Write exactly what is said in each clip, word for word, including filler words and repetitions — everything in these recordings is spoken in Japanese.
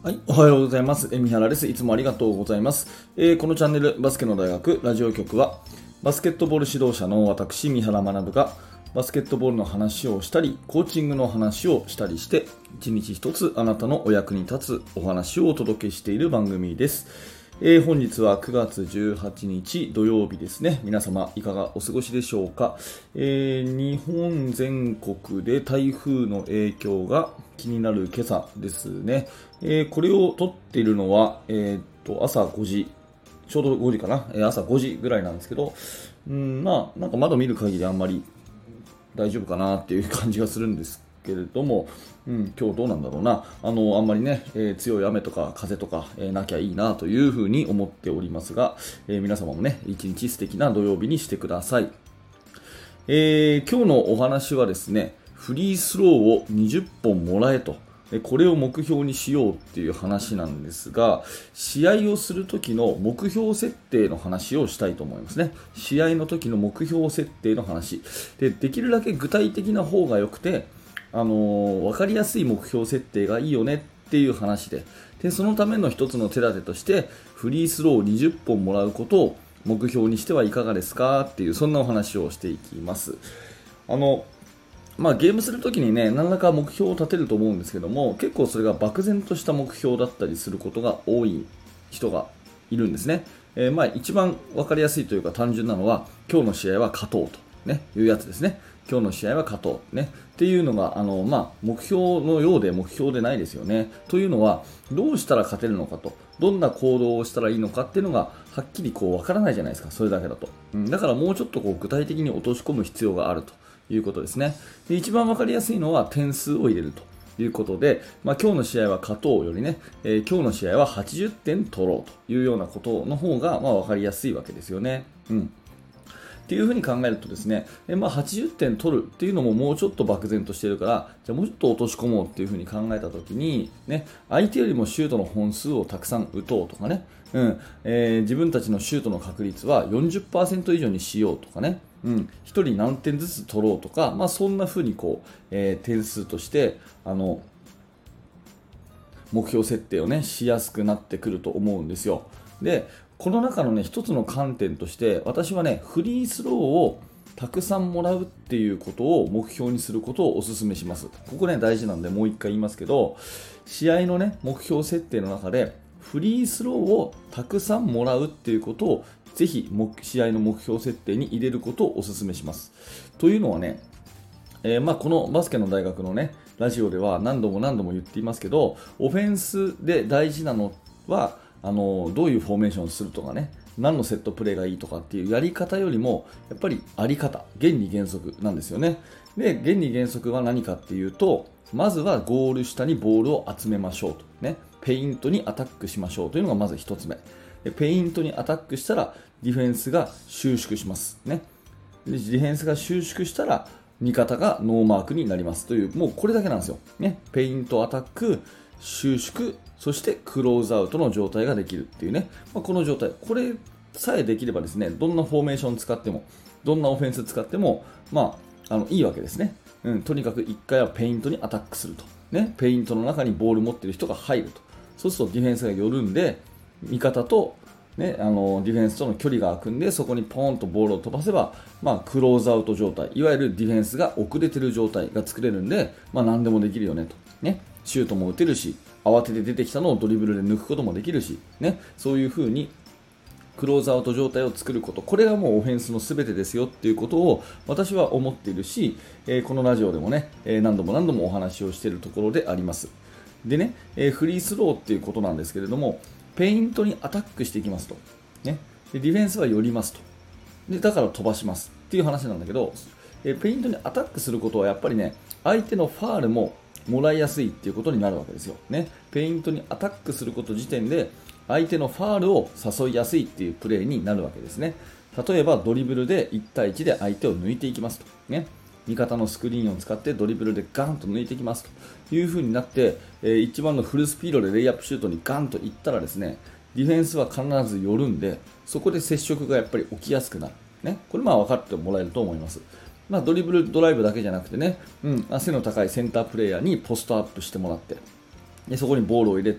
はい、おはようございます。えみはらです。いつもありがとうございます。えーこのチャンネルバスケの大学ラジオ局はバスケットボール指導者の私三原学がバスケットボールの話をしたりコーチングの話をしたりして一日一つあなたのお役に立つお話をお届けしている番組です。えー本日はくがつじゅうはちにち土曜日ですね。皆様いかがお過ごしでしょうか。えー日本全国で台風の影響が気になる今朝ですね。えーこれを撮っているのは、えーっと朝ごじ、ちょうどごじかな、えー朝ごじぐらいなんですけど、うん、まあなんか窓見る限りあんまり大丈夫かなっていう感じがするんですけれども、うん、今日どうなんだろうな、あのあんまりね、えー強い雨とか風とか、えーなきゃいいなというふうに思っておりますが、えー皆様もね、一日素敵な土曜日にしてください。えー今日のお話はですね、フリースローをにじゅっぽんもらえと、えこれを目標にしようっていう話なんですが、試合をする時の目標設定の話をしたいと思いますね。試合の時の目標設定の話で、できるだけ具体的な方が良くて、あのー分かりやすい目標設定がいいよねっていう話で、でそのための一つの手立てとしてフリースローをにじゅっぽんもらうことを目標にしてはいかがですかっていう、そんなお話をしていきます。あのまあ、ゲームするときにね、何らか目標を立てると思うんですけども、結構それが漠然とした目標だったりすることが多い人がいるんですね。えーまあ一番分かりやすいというか単純なのは、今日の試合は勝とうと、ね、いうやつですね。今日の試合は勝とう、ね、っていうのがあの、まあ、目標のようで目標でないですよね。というのは、どうしたら勝てるのかと、どんな行動をしたらいいのかっていうのがはっきりこう分からないじゃないですか、それだけだと。うん、だからもうちょっとこう具体的に落とし込む必要があるということですね。で一番分かりやすいのは点数を入れるということで、まあ、今日の試合は勝とうよりね、えー今日の試合ははちじゅってん取ろうというようなことの方がまあ分かりやすいわけですよね。うんっていうふうに考えるとですね、えまあ、はちじゅってん取るっていうのももうちょっと漠然としているから、じゃあもうちょっと落とし込もうっていうふうに考えたときに、ね、相手よりもシュートの本数をたくさん打とうとかね、うんえー自分たちのシュートの確率はよんじゅっパーセント以上にしようとかね、うん、ひとり何点ずつ取ろうとか、まあ、そんなふうにこう、えー点数としてあの目標設定をねしやすくなってくると思うんですよ。でこの中のね一つの観点として私はねフリースローをたくさんもらうっていうことを目標にすることをお勧めします。ここね大事なんでもう一回言いますけど、試合のね目標設定の中でフリースローをたくさんもらうっていうことをぜひ目試合の目標設定に入れることをお勧めします。というのはね、えーまあ、このバスケの大学のねラジオでは何度も何度も言っていますけど、オフェンスで大事なのはあのどういうフォーメーションをするとかね、何のセットプレーがいいとかっていうやり方よりもやっぱりあり方、原理原則なんですよね。で原理原則は何かっていうと、まずはゴール下にボールを集めましょうと、ね、ペイントにアタックしましょうというのがまずひとつめで、ペイントにアタックしたらディフェンスが収縮しますね。でディフェンスが収縮したら味方がノーマークになりますという、もうこれだけなんですよ、ね、ペイントアタック収縮、そしてクローズアウトの状態ができるっていうね、まあ、この状態、これさえできればですね、どんなフォーメーション使ってもどんなオフェンス使っても、まあ、あのいいわけですね、うん、とにかくいっかいはペイントにアタックすると、ね、ペイントの中にボール持っている人が入ると、そうするとディフェンスが寄るんで味方とね、あのディフェンスとの距離が空くんで、そこにポーンとボールを飛ばせば、まあ、クローズアウト状態、いわゆるディフェンスが遅れている状態が作れるんで、まあ、何でもできるよねと、ね、シュートも打てるし、慌てて出てきたのをドリブルで抜くこともできるし、ね、そういう風にクローズアウト状態を作ること、これがもうオフェンスの全てですよっていうことを私は思っているし、えーこのラジオでもね、えー何度も何度もお話をしているところであります。でね、えーフリースローっていうことなんですけれども、ペイントにアタックしていきますと、ね、でディフェンスは寄りますと、でだから飛ばしますっていう話なんだけど、えーペイントにアタックすることはやっぱりね、相手のファールももらいやすいっていうことになるわけですよ、ね、ペイントにアタックすること時点で相手のファールを誘いやすいっていうプレーになるわけですね。例えばドリブルでいち対いちで相手を抜いていきますと、ね、味方のスクリーンを使ってドリブルでガンと抜いていきますという風になって、えー一番のフルスピードでレイアップシュートにガンといったらですね、ディフェンスは必ず寄るんで、そこで接触がやっぱり起きやすくなる、ね、これまあ分かってもらえると思います。まあ、ドリブルドライブだけじゃなくてね、うん、背の高いセンタープレーヤーにポストアップしてもらって、でそこにボールを入れて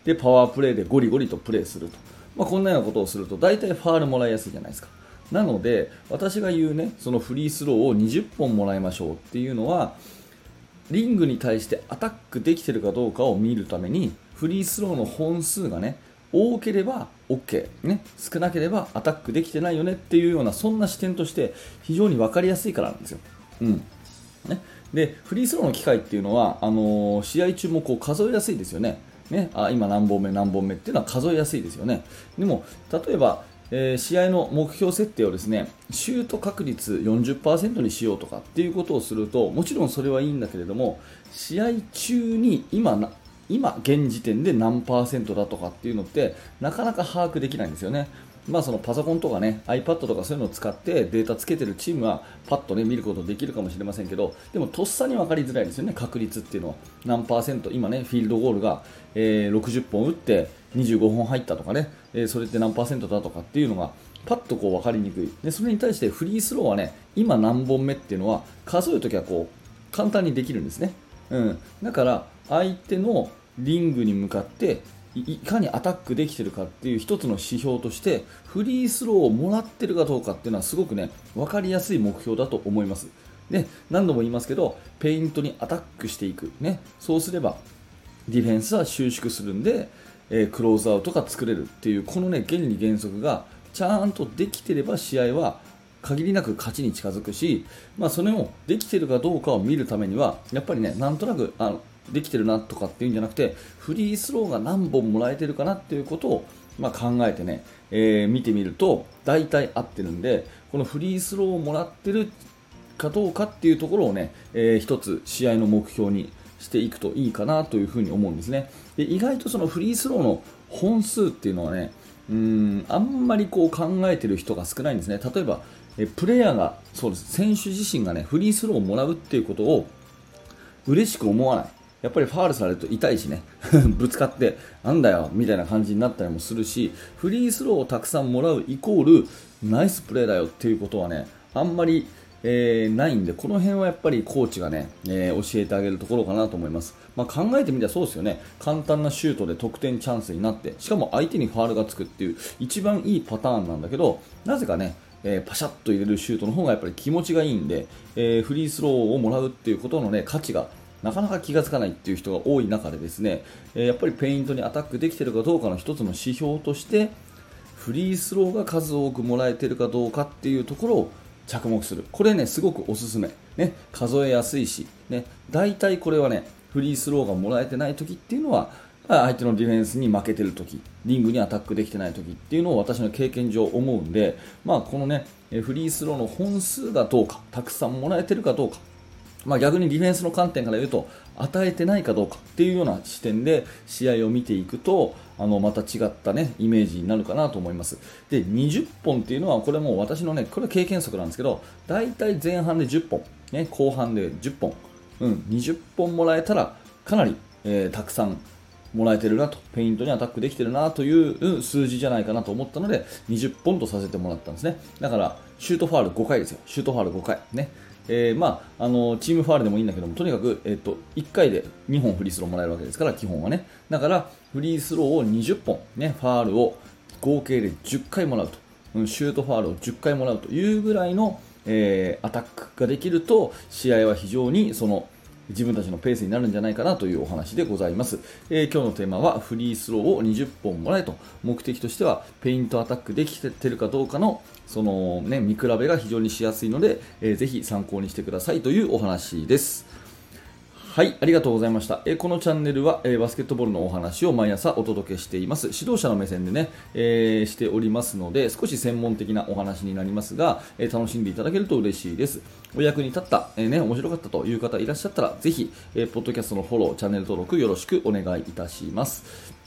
でパワープレーでゴリゴリとプレーすると、まあ、こんなようなことをすると大体ファールもらいやすいじゃないですか。なので私が言うね、そのフリースローをにじゅっぽんもらいましょうっていうのは、リングに対してアタックできているかどうかを見るために、フリースローの本数がね多ければ OK、ね、少なければアタックできてないよねっていうような、そんな視点として非常に分かりやすいからなんですよ。うんね、でフリースローの機会っていうのはあのー、試合中もこう数えやすいですよね。ね、あ今何本目何本目っていうのは数えやすいですよね。でも例えば、えー、試合の目標設定をですね、シュート確率 よんじゅっパーセント にしようとかっていうことをすると、もちろんそれはいいんだけれども、試合中に今な今現時点で何パーセントだとかっていうのってなかなか把握できないんですよね。まあ、そのパソコンとかね iPad とかそういうのを使ってデータつけてるチームはパッとね見ることできるかもしれませんけど、でもとっさに分かりづらいですよね。確率っていうのは何パーセント、今ねフィールドゴールが、えー、ろくじゅっぽん打ってにじゅうごほん入ったとかね、えー、それって何パーセントだとかっていうのがパッとこう分かりにくい。でそれに対してフリースローはね、今何本目っていうのは数えるときはこう簡単にできるんですね。うん、だから相手のリングに向かっていかにアタックできているかっていう一つの指標として、フリースローをもらっているかどうかっていうのはすごくね分かりやすい目標だと思います。で何度も言いますけど、ペイントにアタックしていく、ね、そうすればディフェンスは収縮するんで、えー、クローズアウトが作れるっていう、このね原理原則がちゃんとできていれば試合は限りなく勝ちに近づくし、まあ、それをできているかどうかを見るためにはやっぱりね、なんとなくあのできてるなとかっていうんじゃなくて、フリースローが何本もらえてるかなっていうことを、まあ、考えてね、えー、見てみると大体合ってるんで、このフリースローをもらってるかどうかっていうところをね、えー、一つ試合の目標にしていくといいかなというふうに思うんですね。で意外とそのフリースローの本数っていうのはね、うーんあんまりこう考えてる人が少ないんですね。例えばえプレイヤーが、そうです、選手自身がねフリースローをもらうっていうことを嬉しく思わない。やっぱりファールされると痛いしねぶつかってなんだよみたいな感じになったりもするし、フリースローをたくさんもらうイコールナイスプレーだよっていうことはねあんまり、えー、ないんで、この辺はやっぱりコーチがね、えー、教えてあげるところかなと思います。まあ、考えてみたらそうですよね。簡単なシュートで得点チャンスになって、しかも相手にファールがつくっていう一番いいパターンなんだけど、なぜかねえー、パシャッと入れるシュートの方がやっぱり気持ちがいいんで、えー、フリースローをもらうっていうことの、ね、価値がなかなか気がつかないっていう人が多い中でですね、えー、やっぱりペイントにアタックできているかどうかの一つの指標としてフリースローが数多くもらえているかどうかっていうところを着目する。これねすごくおすすめ、ね、数えやすいし、ね、大体これはねフリースローがもらえてない時っていうのは相手のディフェンスに負けているとき、リングにアタックできてないときっていうのを私の経験上思うんで、まあ、このねフリースローの本数がどうか、たくさんもらえているかどうか、まあ、逆にディフェンスの観点から言うと与えてないかどうかっていうような視点で試合を見ていくと、あのまた違った、ね、イメージになるかなと思います。でにじゅっぽんっていうのはこれも私のねこれは経験則なんですけど、だいたい前半でじゅっぽん、ね、後半でじゅっぽん、うん、にじゅっぽんもらえたらかなり、えー、たくさんもらえてるなと、ペイントにアタックできてるなという数字じゃないかなと思ったのでにじゅっぽんとさせてもらったんですね。だからシュートファウルごかいですよ。シュートファウルごかいね。えーまあ、あのチームファウルでもいいんだけども、とにかく、えー、といっかいでにほんフリースローもらえるわけですから、基本はね。だからフリースローをにじゅっぽん、ね、ファウルを合計でじゅっかいもらうと、うん、シュートファウルをじゅっかいもらうというぐらいの、えー、アタックができると試合は非常にその自分たちのペースになるんじゃないかなというお話でございます。えー、今日のテーマはフリースローをにじゅっぽんもらえと、目的としてはペイントアタックできているかどうかのその、ね、見比べが非常にしやすいので、えー、ぜひ参考にしてくださいというお話です。はい、ありがとうございました。えー、このチャンネルは、えー、バスケットボールのお話を毎朝お届けしています。指導者の目線でね、えー、しておりますので、少し専門的なお話になりますが、えー、楽しんでいただけると嬉しいです。お役に立った、えーね、面白かったという方いらっしゃったら、ぜひ、えー、ポッドキャストのフォロー、チャンネル登録よろしくお願いいたします。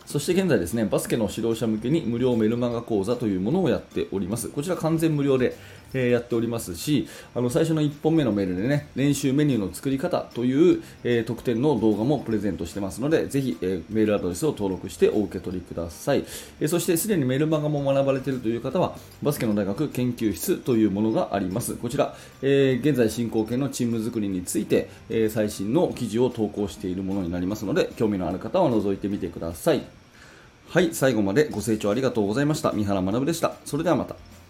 そして現在ですね、バスケの指導者向けに無料メルマガ講座というものをやっております。こちら完全無料で、えーやっておりますし、あの最初のいっぽんめのメールでね、練習メニューの作り方という、えー特典の動画もプレゼントしてますので、ぜひ、えーメールアドレスを登録してお受け取りください。えーそしてすでにメルマガも学ばれているという方は、バスケの大学研究室というものがあります。こちら、えー現在進行形のチーム作りについて、えー最新の記事を投稿しているものになりますので、興味のある方は覗いてみてください。はい、最後までご清聴ありがとうございました。三原学でした。それではまた。